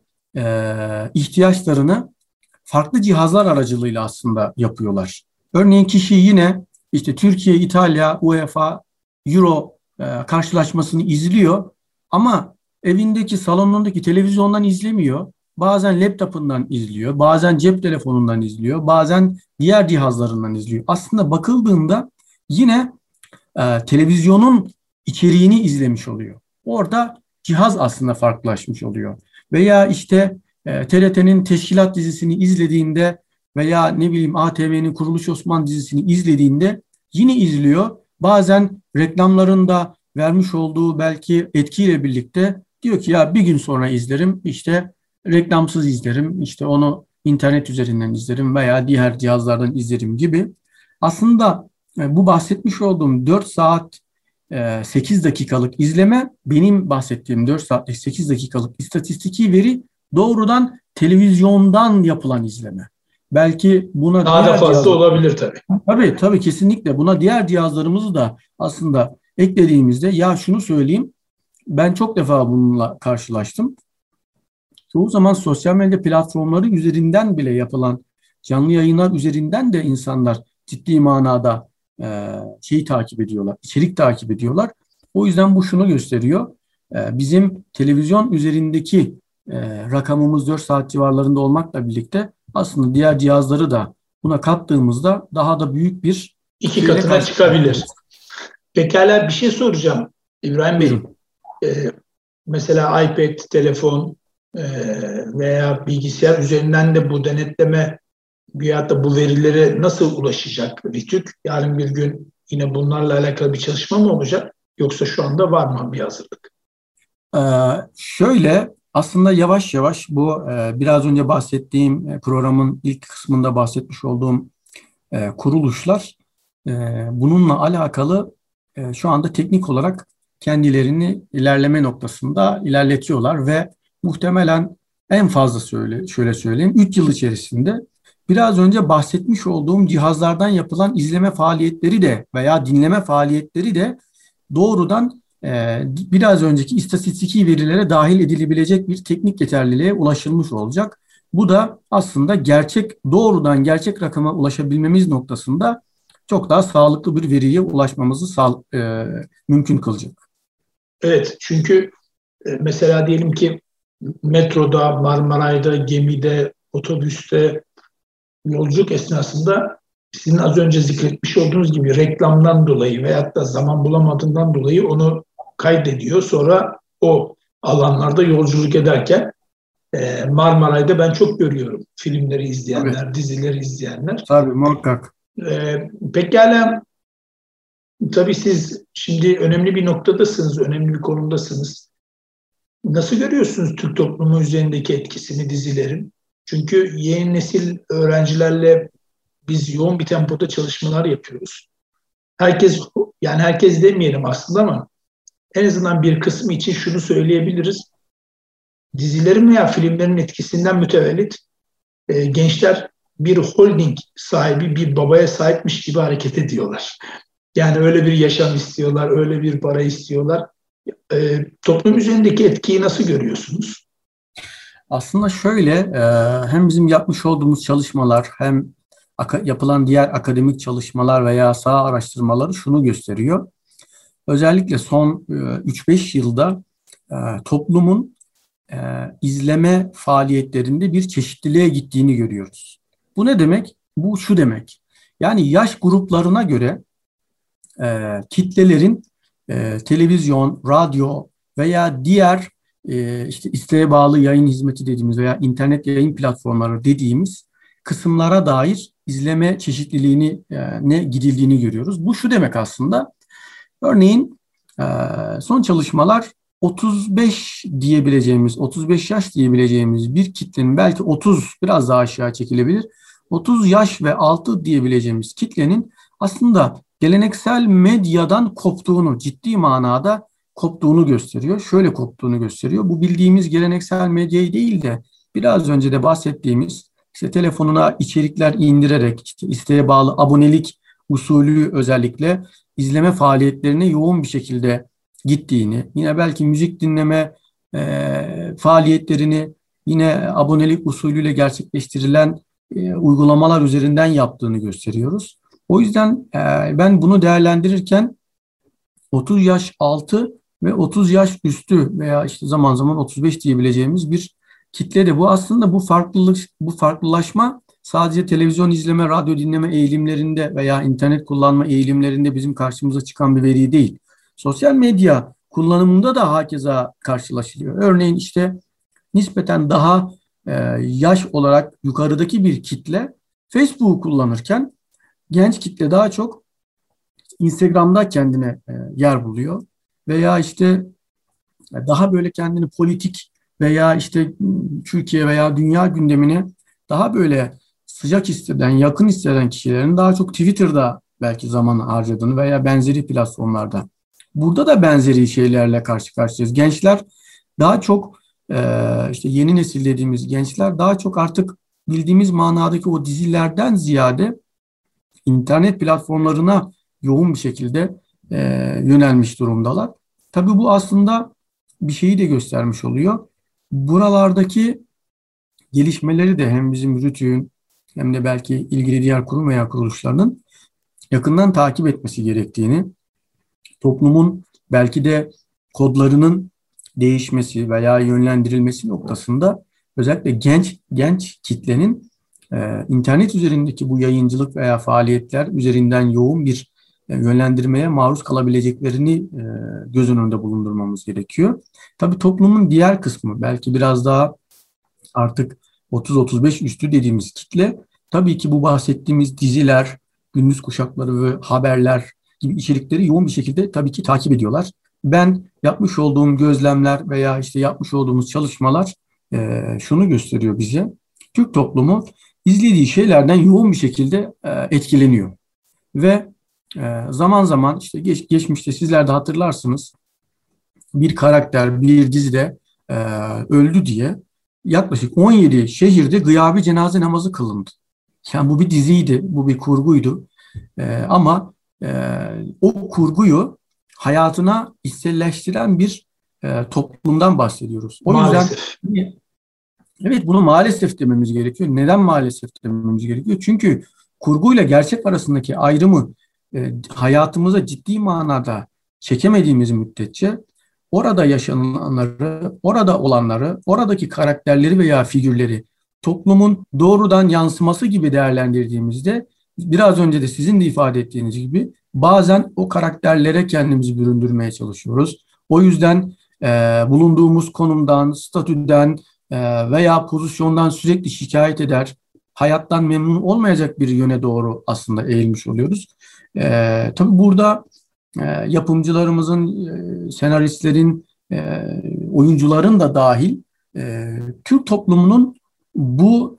ihtiyaçlarını farklı cihazlar aracılığıyla aslında yapıyorlar. Örneğin kişi yine işte Türkiye, İtalya, UEFA, Euro karşılaşmasını izliyor ama evindeki salonundaki televizyondan izlemiyor. Bazen laptopundan izliyor, bazen cep telefonundan izliyor, bazen diğer cihazlarından izliyor. Aslında bakıldığında yine televizyonun içeriğini izlemiş oluyor. Orada cihaz aslında farklılaşmış oluyor. Veya işte TRT'nin Teşkilat dizisini izlediğinde veya ne bileyim ATV'nin Kuruluş Osman dizisini izlediğinde yine izliyor. Bazen reklamlarında vermiş olduğu belki etkiyle birlikte diyor ki ya bir gün sonra izlerim, işte reklamsız izlerim, işte onu internet üzerinden izlerim veya diğer cihazlardan izlerim gibi. Aslında bu bahsetmiş olduğum 4 saat 8 dakikalık izleme benim bahsettiğim 4 saatlik 8 dakikalık istatistiki veri doğrudan televizyondan yapılan izleme. Belki buna Daha da fazla olabilir tabii. Tabii kesinlikle buna diğer cihazlarımızı da aslında eklediğimizde ya şunu söyleyeyim, ben çok defa bununla karşılaştım. Çoğu zaman sosyal medya platformları üzerinden bile yapılan canlı yayınlar üzerinden de insanlar ciddi manada şeyi takip ediyorlar, içerik takip ediyorlar. O yüzden bu şunu gösteriyor. Bizim televizyon üzerindeki rakamımız 4 saat civarlarında olmakla birlikte aslında diğer cihazları da buna kattığımızda daha da büyük bir 2 katına çıkabilir. Pekala bir şey soracağım İbrahim Bey. Mesela iPad, telefon veya bilgisayar üzerinden de bu denetleme veyahut da bu verilere nasıl ulaşacak RİTÜK? Yarın bir gün yine bunlarla alakalı bir çalışma mı olacak? Yoksa şu anda var mı bir hazırlık? Şöyle Aslında yavaş yavaş bu biraz önce bahsettiğim programın ilk kısmında bahsetmiş olduğum kuruluşlar bununla alakalı şu anda teknik olarak kendilerini ilerleme noktasında ilerletiyorlar ve muhtemelen en fazla şöyle söyleyeyim 3 yıl içerisinde biraz önce bahsetmiş olduğum cihazlardan yapılan izleme faaliyetleri de veya dinleme faaliyetleri de doğrudan biraz önceki istatistiki verilere dahil edilebilecek bir teknik yeterliliğe ulaşılmış olacak. Bu da aslında doğrudan gerçek rakama ulaşabilmemiz noktasında çok daha sağlıklı bir veriye ulaşmamızı mümkün kılacak. Evet, çünkü mesela diyelim ki metroda, Marmaray'da, gemide, otobüste, yolculuk esnasında sizin az önce zikretmiş olduğunuz gibi reklamdan dolayı veyahut da zaman bulamadığından dolayı onu kaydediyor. Sonra o alanlarda yolculuk ederken Marmaray'da ben çok görüyorum filmleri izleyenler, Tabii. dizileri izleyenler. Tabii muhakkak. Pekala, tabii siz şimdi önemli bir noktadasınız, önemli bir konumdasınız. Nasıl görüyorsunuz Türk toplumu üzerindeki etkisini dizilerin? Çünkü yeni nesil öğrencilerle biz yoğun bir tempoda çalışmalar yapıyoruz. Herkes, yani herkes demeyelim aslında ama en azından bir kısmı için şunu söyleyebiliriz. Dizilerin veya filmlerin etkisinden mütevellit gençler bir holding sahibi, bir babaya sahipmiş gibi hareket ediyorlar. Yani öyle bir yaşam istiyorlar, öyle bir para istiyorlar. Toplum üzerindeki etkiyi nasıl görüyorsunuz? Aslında şöyle hem bizim yapmış olduğumuz çalışmalar hem yapılan diğer akademik çalışmalar veya saha araştırmaları şunu gösteriyor. Özellikle son 3-5 yılda toplumun izleme faaliyetlerinde bir çeşitliliğe gittiğini görüyoruz. Bu ne demek? Bu şu demek. Yani yaş gruplarına göre kitlelerin televizyon, radyo veya diğer işte isteğe bağlı yayın hizmeti dediğimiz veya internet yayın platformları dediğimiz kısımlara dair izleme çeşitliliğini ne gidildiğini görüyoruz. Bu şu demek aslında. Örneğin son çalışmalar 35 diyebileceğimiz, 35 yaş diyebileceğimiz bir kitlenin belki 30 biraz daha aşağı çekilebilir. 30 yaş ve altı diyebileceğimiz kitlenin aslında geleneksel medyadan koptuğunu, ciddi manada koptuğunu gösteriyor. Şöyle koptuğunu gösteriyor. Bu bildiğimiz geleneksel medyayı değil de biraz önce de bahsettiğimiz işte telefonuna içerikler indirerek işte isteğe bağlı abonelik usulü özellikle izleme faaliyetlerine yoğun bir şekilde gittiğini, yine belki müzik dinleme faaliyetlerini yine abonelik usulüyle gerçekleştirilen uygulamalar üzerinden yaptığını gösteriyoruz. O yüzden ben bunu değerlendirirken 30 yaş altı ve 30 yaş üstü veya işte zaman zaman 35 diyebileceğimiz bir kitle de bu. Aslında bu farklılaşma sadece televizyon izleme, radyo dinleme eğilimlerinde veya internet kullanma eğilimlerinde bizim karşımıza çıkan bir veri değil. Sosyal medya kullanımında da hakeza karşılaşılıyor. Örneğin işte nispeten daha yaş olarak yukarıdaki bir kitle Facebook'u kullanırken genç kitle daha çok Instagram'da kendine yer buluyor. Veya işte daha böyle kendini politik veya işte Türkiye veya dünya gündemine daha böyle sıcak hisseden, yakın hisseden kişilerin daha çok Twitter'da belki zaman harcadığını veya benzeri platformlarda. Burada da benzeri şeylerle karşı karşıyayız. Gençler daha çok işte yeni nesil dediğimiz gençler daha çok artık bildiğimiz manadaki o dizilerden ziyade internet platformlarına yoğun bir şekilde yönelmiş durumdalar. Tabii bu aslında bir şeyi de göstermiş oluyor. Buralardaki gelişmeleri de hem bizim RTÜK'ün hem de belki ilgili diğer kurum veya kuruluşlarının yakından takip etmesi gerektiğini, toplumun belki de kodlarının değişmesi veya yönlendirilmesi noktasında özellikle genç kitlenin internet üzerindeki bu yayıncılık veya faaliyetler üzerinden yoğun bir yönlendirmeye maruz kalabileceklerini göz önünde bulundurmamız gerekiyor. Tabii toplumun diğer kısmı belki biraz daha artık 30-35 üstü dediğimiz kitle tabii ki bu bahsettiğimiz diziler, gündüz kuşakları ve haberler gibi içerikleri yoğun bir şekilde tabii ki takip ediyorlar. Ben yapmış olduğum gözlemler veya işte yapmış olduğumuz çalışmalar şunu gösteriyor bize. Türk toplumu izlediği şeylerden yoğun bir şekilde etkileniyor. Ve zaman zaman işte geçmişte sizler de hatırlarsınız, bir karakter bir dizide e, öldü diye yaklaşık 17 şehirde gıyabi cenaze namazı kılındı. Yani bu bir diziydi, bu bir kurguydu. Ama o kurguyu hayatına içselleştiren bir toplumdan bahsediyoruz. O yüzden Maalesef. evet, bunu maalesef dememiz gerekiyor. Neden maalesef dememiz gerekiyor? Çünkü kurguyla gerçek arasındaki ayrımı hayatımıza ciddi manada çekemediğimiz müddetçe orada yaşananları, orada olanları, oradaki karakterleri veya figürleri toplumun doğrudan yansıması gibi değerlendirdiğimizde biraz önce de sizin de ifade ettiğiniz gibi bazen o karakterlere kendimizi büründürmeye çalışıyoruz. O yüzden bulunduğumuz konumdan, statüden, veya pozisyondan sürekli şikayet eder, hayattan memnun olmayacak bir yöne doğru aslında eğilmiş oluyoruz. Tabii burada yapımcılarımızın, senaristlerin, oyuncuların da dahil Türk toplumunun bu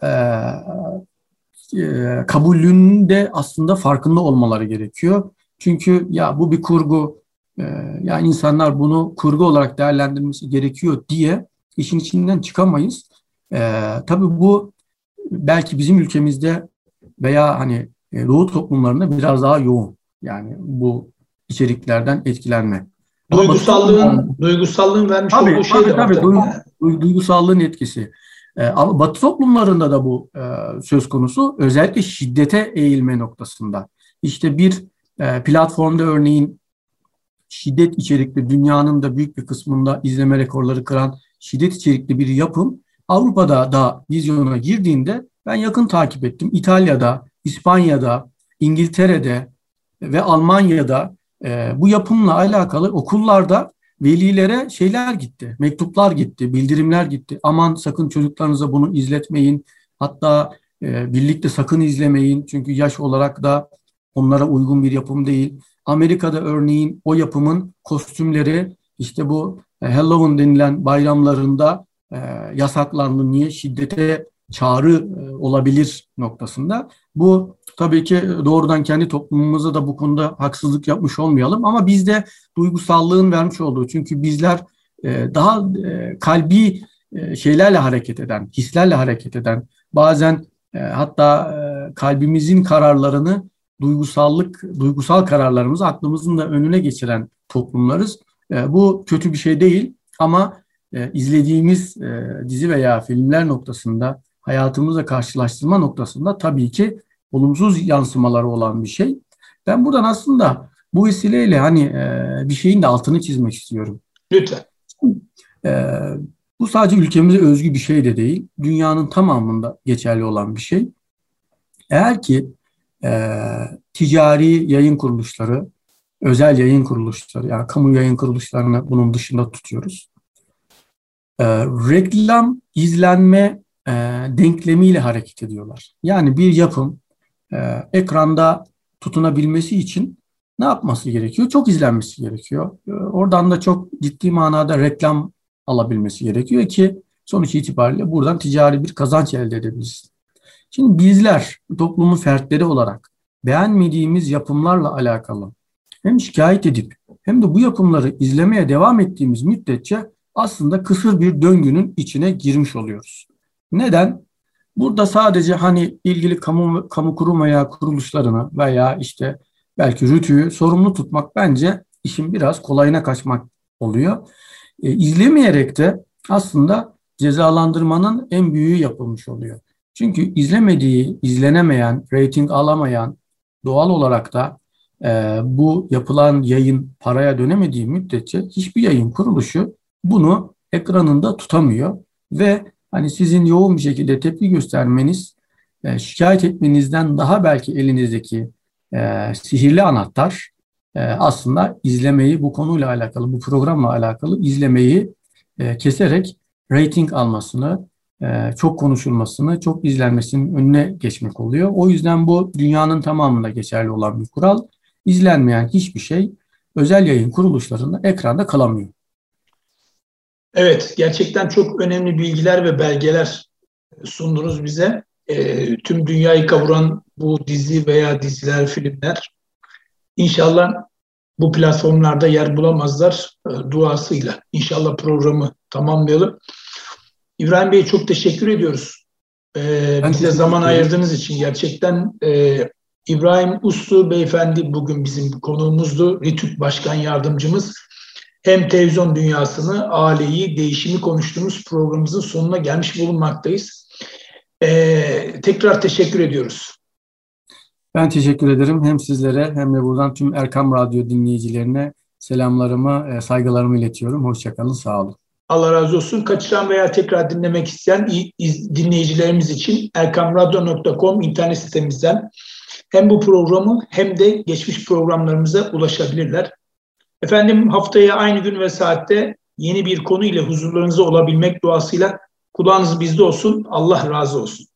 kabulünde aslında farkında olmaları gerekiyor. Çünkü ya bu bir kurgu, ya insanlar bunu kurgu olarak değerlendirmesi gerekiyor diye işin içinden çıkamayız. Tabii bu belki bizim ülkemizde veya hani Doğu toplumlarında biraz daha yoğun. Yani bu içeriklerden etkilenme. Ama Duygusallığın vermiş olduğu tabii, şey de var tabii, tabii. Yani. duygusallığın etkisi. Ama Batı toplumlarında da bu söz konusu. Özellikle şiddete eğilme noktasında. İşte bir platformda örneğin şiddet içerikli, dünyanın da büyük bir kısmında izleme rekorları kıran şiddet içerikli bir yapım Avrupa'da da vizyona girdiğinde ben yakın takip ettim. İtalya'da, İspanya'da, İngiltere'de ve Almanya'da bu yapımla alakalı okullarda velilere şeyler gitti, mektuplar gitti, bildirimler gitti. Aman sakın çocuklarınıza bunu izletmeyin. Hatta birlikte sakın izlemeyin. Çünkü yaş olarak da onlara uygun bir yapım değil. Amerika'da örneğin o yapımın kostümleri işte bu Halloween denilen bayramlarında yasaklandı. Niye? Şiddete çağrı olabilir noktasında. Bu tabii ki doğrudan kendi toplumumuza da bu konuda haksızlık yapmış olmayalım ama bizde duygusallığın vermiş olduğu, çünkü bizler daha kalbi şeylerle hareket eden, hislerle hareket eden, bazen hatta kalbimizin kararlarını duygusal kararlarımızı aklımızın da önüne geçiren toplumlarız. Bu kötü bir şey değil ama izlediğimiz dizi veya filmler noktasında, hayatımızla karşılaştırma noktasında tabii ki olumsuz yansımaları olan bir şey. Ben buradan aslında bu vesileyle hani bir şeyin de altını çizmek istiyorum. Lütfen. E, Bu sadece ülkemize özgü bir şey de değil, dünyanın tamamında geçerli olan bir şey. Eğer ki ticari yayın kuruluşları, özel yayın kuruluşları, yani kamu yayın kuruluşlarını bunun dışında tutuyoruz. Reklam, izlenme denklemiyle hareket ediyorlar. Yani bir yapım ekranda tutunabilmesi için ne yapması gerekiyor? Çok izlenmesi gerekiyor. Oradan da çok ciddi manada reklam alabilmesi gerekiyor ki sonuç itibariyle buradan ticari bir kazanç elde edebiliriz. Şimdi bizler toplumun fertleri olarak beğenmediğimiz yapımlarla alakalı hem şikayet edip hem de bu yapımları izlemeye devam ettiğimiz müddetçe aslında kısır bir döngünün içine girmiş oluyoruz. Neden? Burada sadece hani ilgili kamu kurum veya kuruluşlarını veya işte belki RTÜ'yü sorumlu tutmak bence işin biraz kolayına kaçmak oluyor. İzlemeyerek de aslında cezalandırmanın en büyüğü yapılmış oluyor. Çünkü izlemediği, izlenemeyen, reyting alamayan, doğal olarak da bu yapılan yayın paraya dönemediği müddetçe hiçbir yayın kuruluşu bunu ekranında tutamıyor ve hani sizin yoğun bir şekilde tepki göstermeniz, şikayet etmenizden daha belki elinizdeki sihirli anahtar aslında izlemeyi, bu konuyla alakalı, bu programla alakalı izlemeyi keserek rating almasını, çok konuşulmasını, çok izlenmesinin önüne geçmek oluyor. O yüzden bu dünyanın tamamında geçerli olan bir kural. İzlenmeyen hiçbir şey özel yayın kuruluşlarında ekranda kalamıyor. Evet, gerçekten çok önemli bilgiler ve belgeler sundunuz bize. Tüm dünyayı kavuran bu dizi veya diziler, filmler inşallah bu platformlarda yer bulamazlar duasıyla. İnşallah programı tamamlayalım. İbrahim Bey çok teşekkür ediyoruz. Ben Bize teşekkür zaman ederim. ayırdığınız için gerçekten İbrahim Uslu Beyefendi bugün bizim konuğumuzdu. RİTÜK Başkan Yardımcımız. Hem televizyon dünyasını, aileyi, değişimi konuştuğumuz programımızın sonuna gelmiş bulunmaktayız. Tekrar teşekkür ediyoruz. Ben teşekkür ederim. Hem sizlere hem de buradan tüm Erkam Radyo dinleyicilerine selamlarımı, saygılarımı iletiyorum. Hoşça kalın, sağ olun. Allah razı olsun. Kaçıran veya tekrar dinlemek isteyen dinleyicilerimiz için erkamradyo.com internet sitemizden hem bu programı hem de geçmiş programlarımıza ulaşabilirler. Efendim haftaya aynı gün ve saatte yeni bir konu ile huzurlarınızda olabilmek duasıyla kulağınız bizde olsun. Allah razı olsun.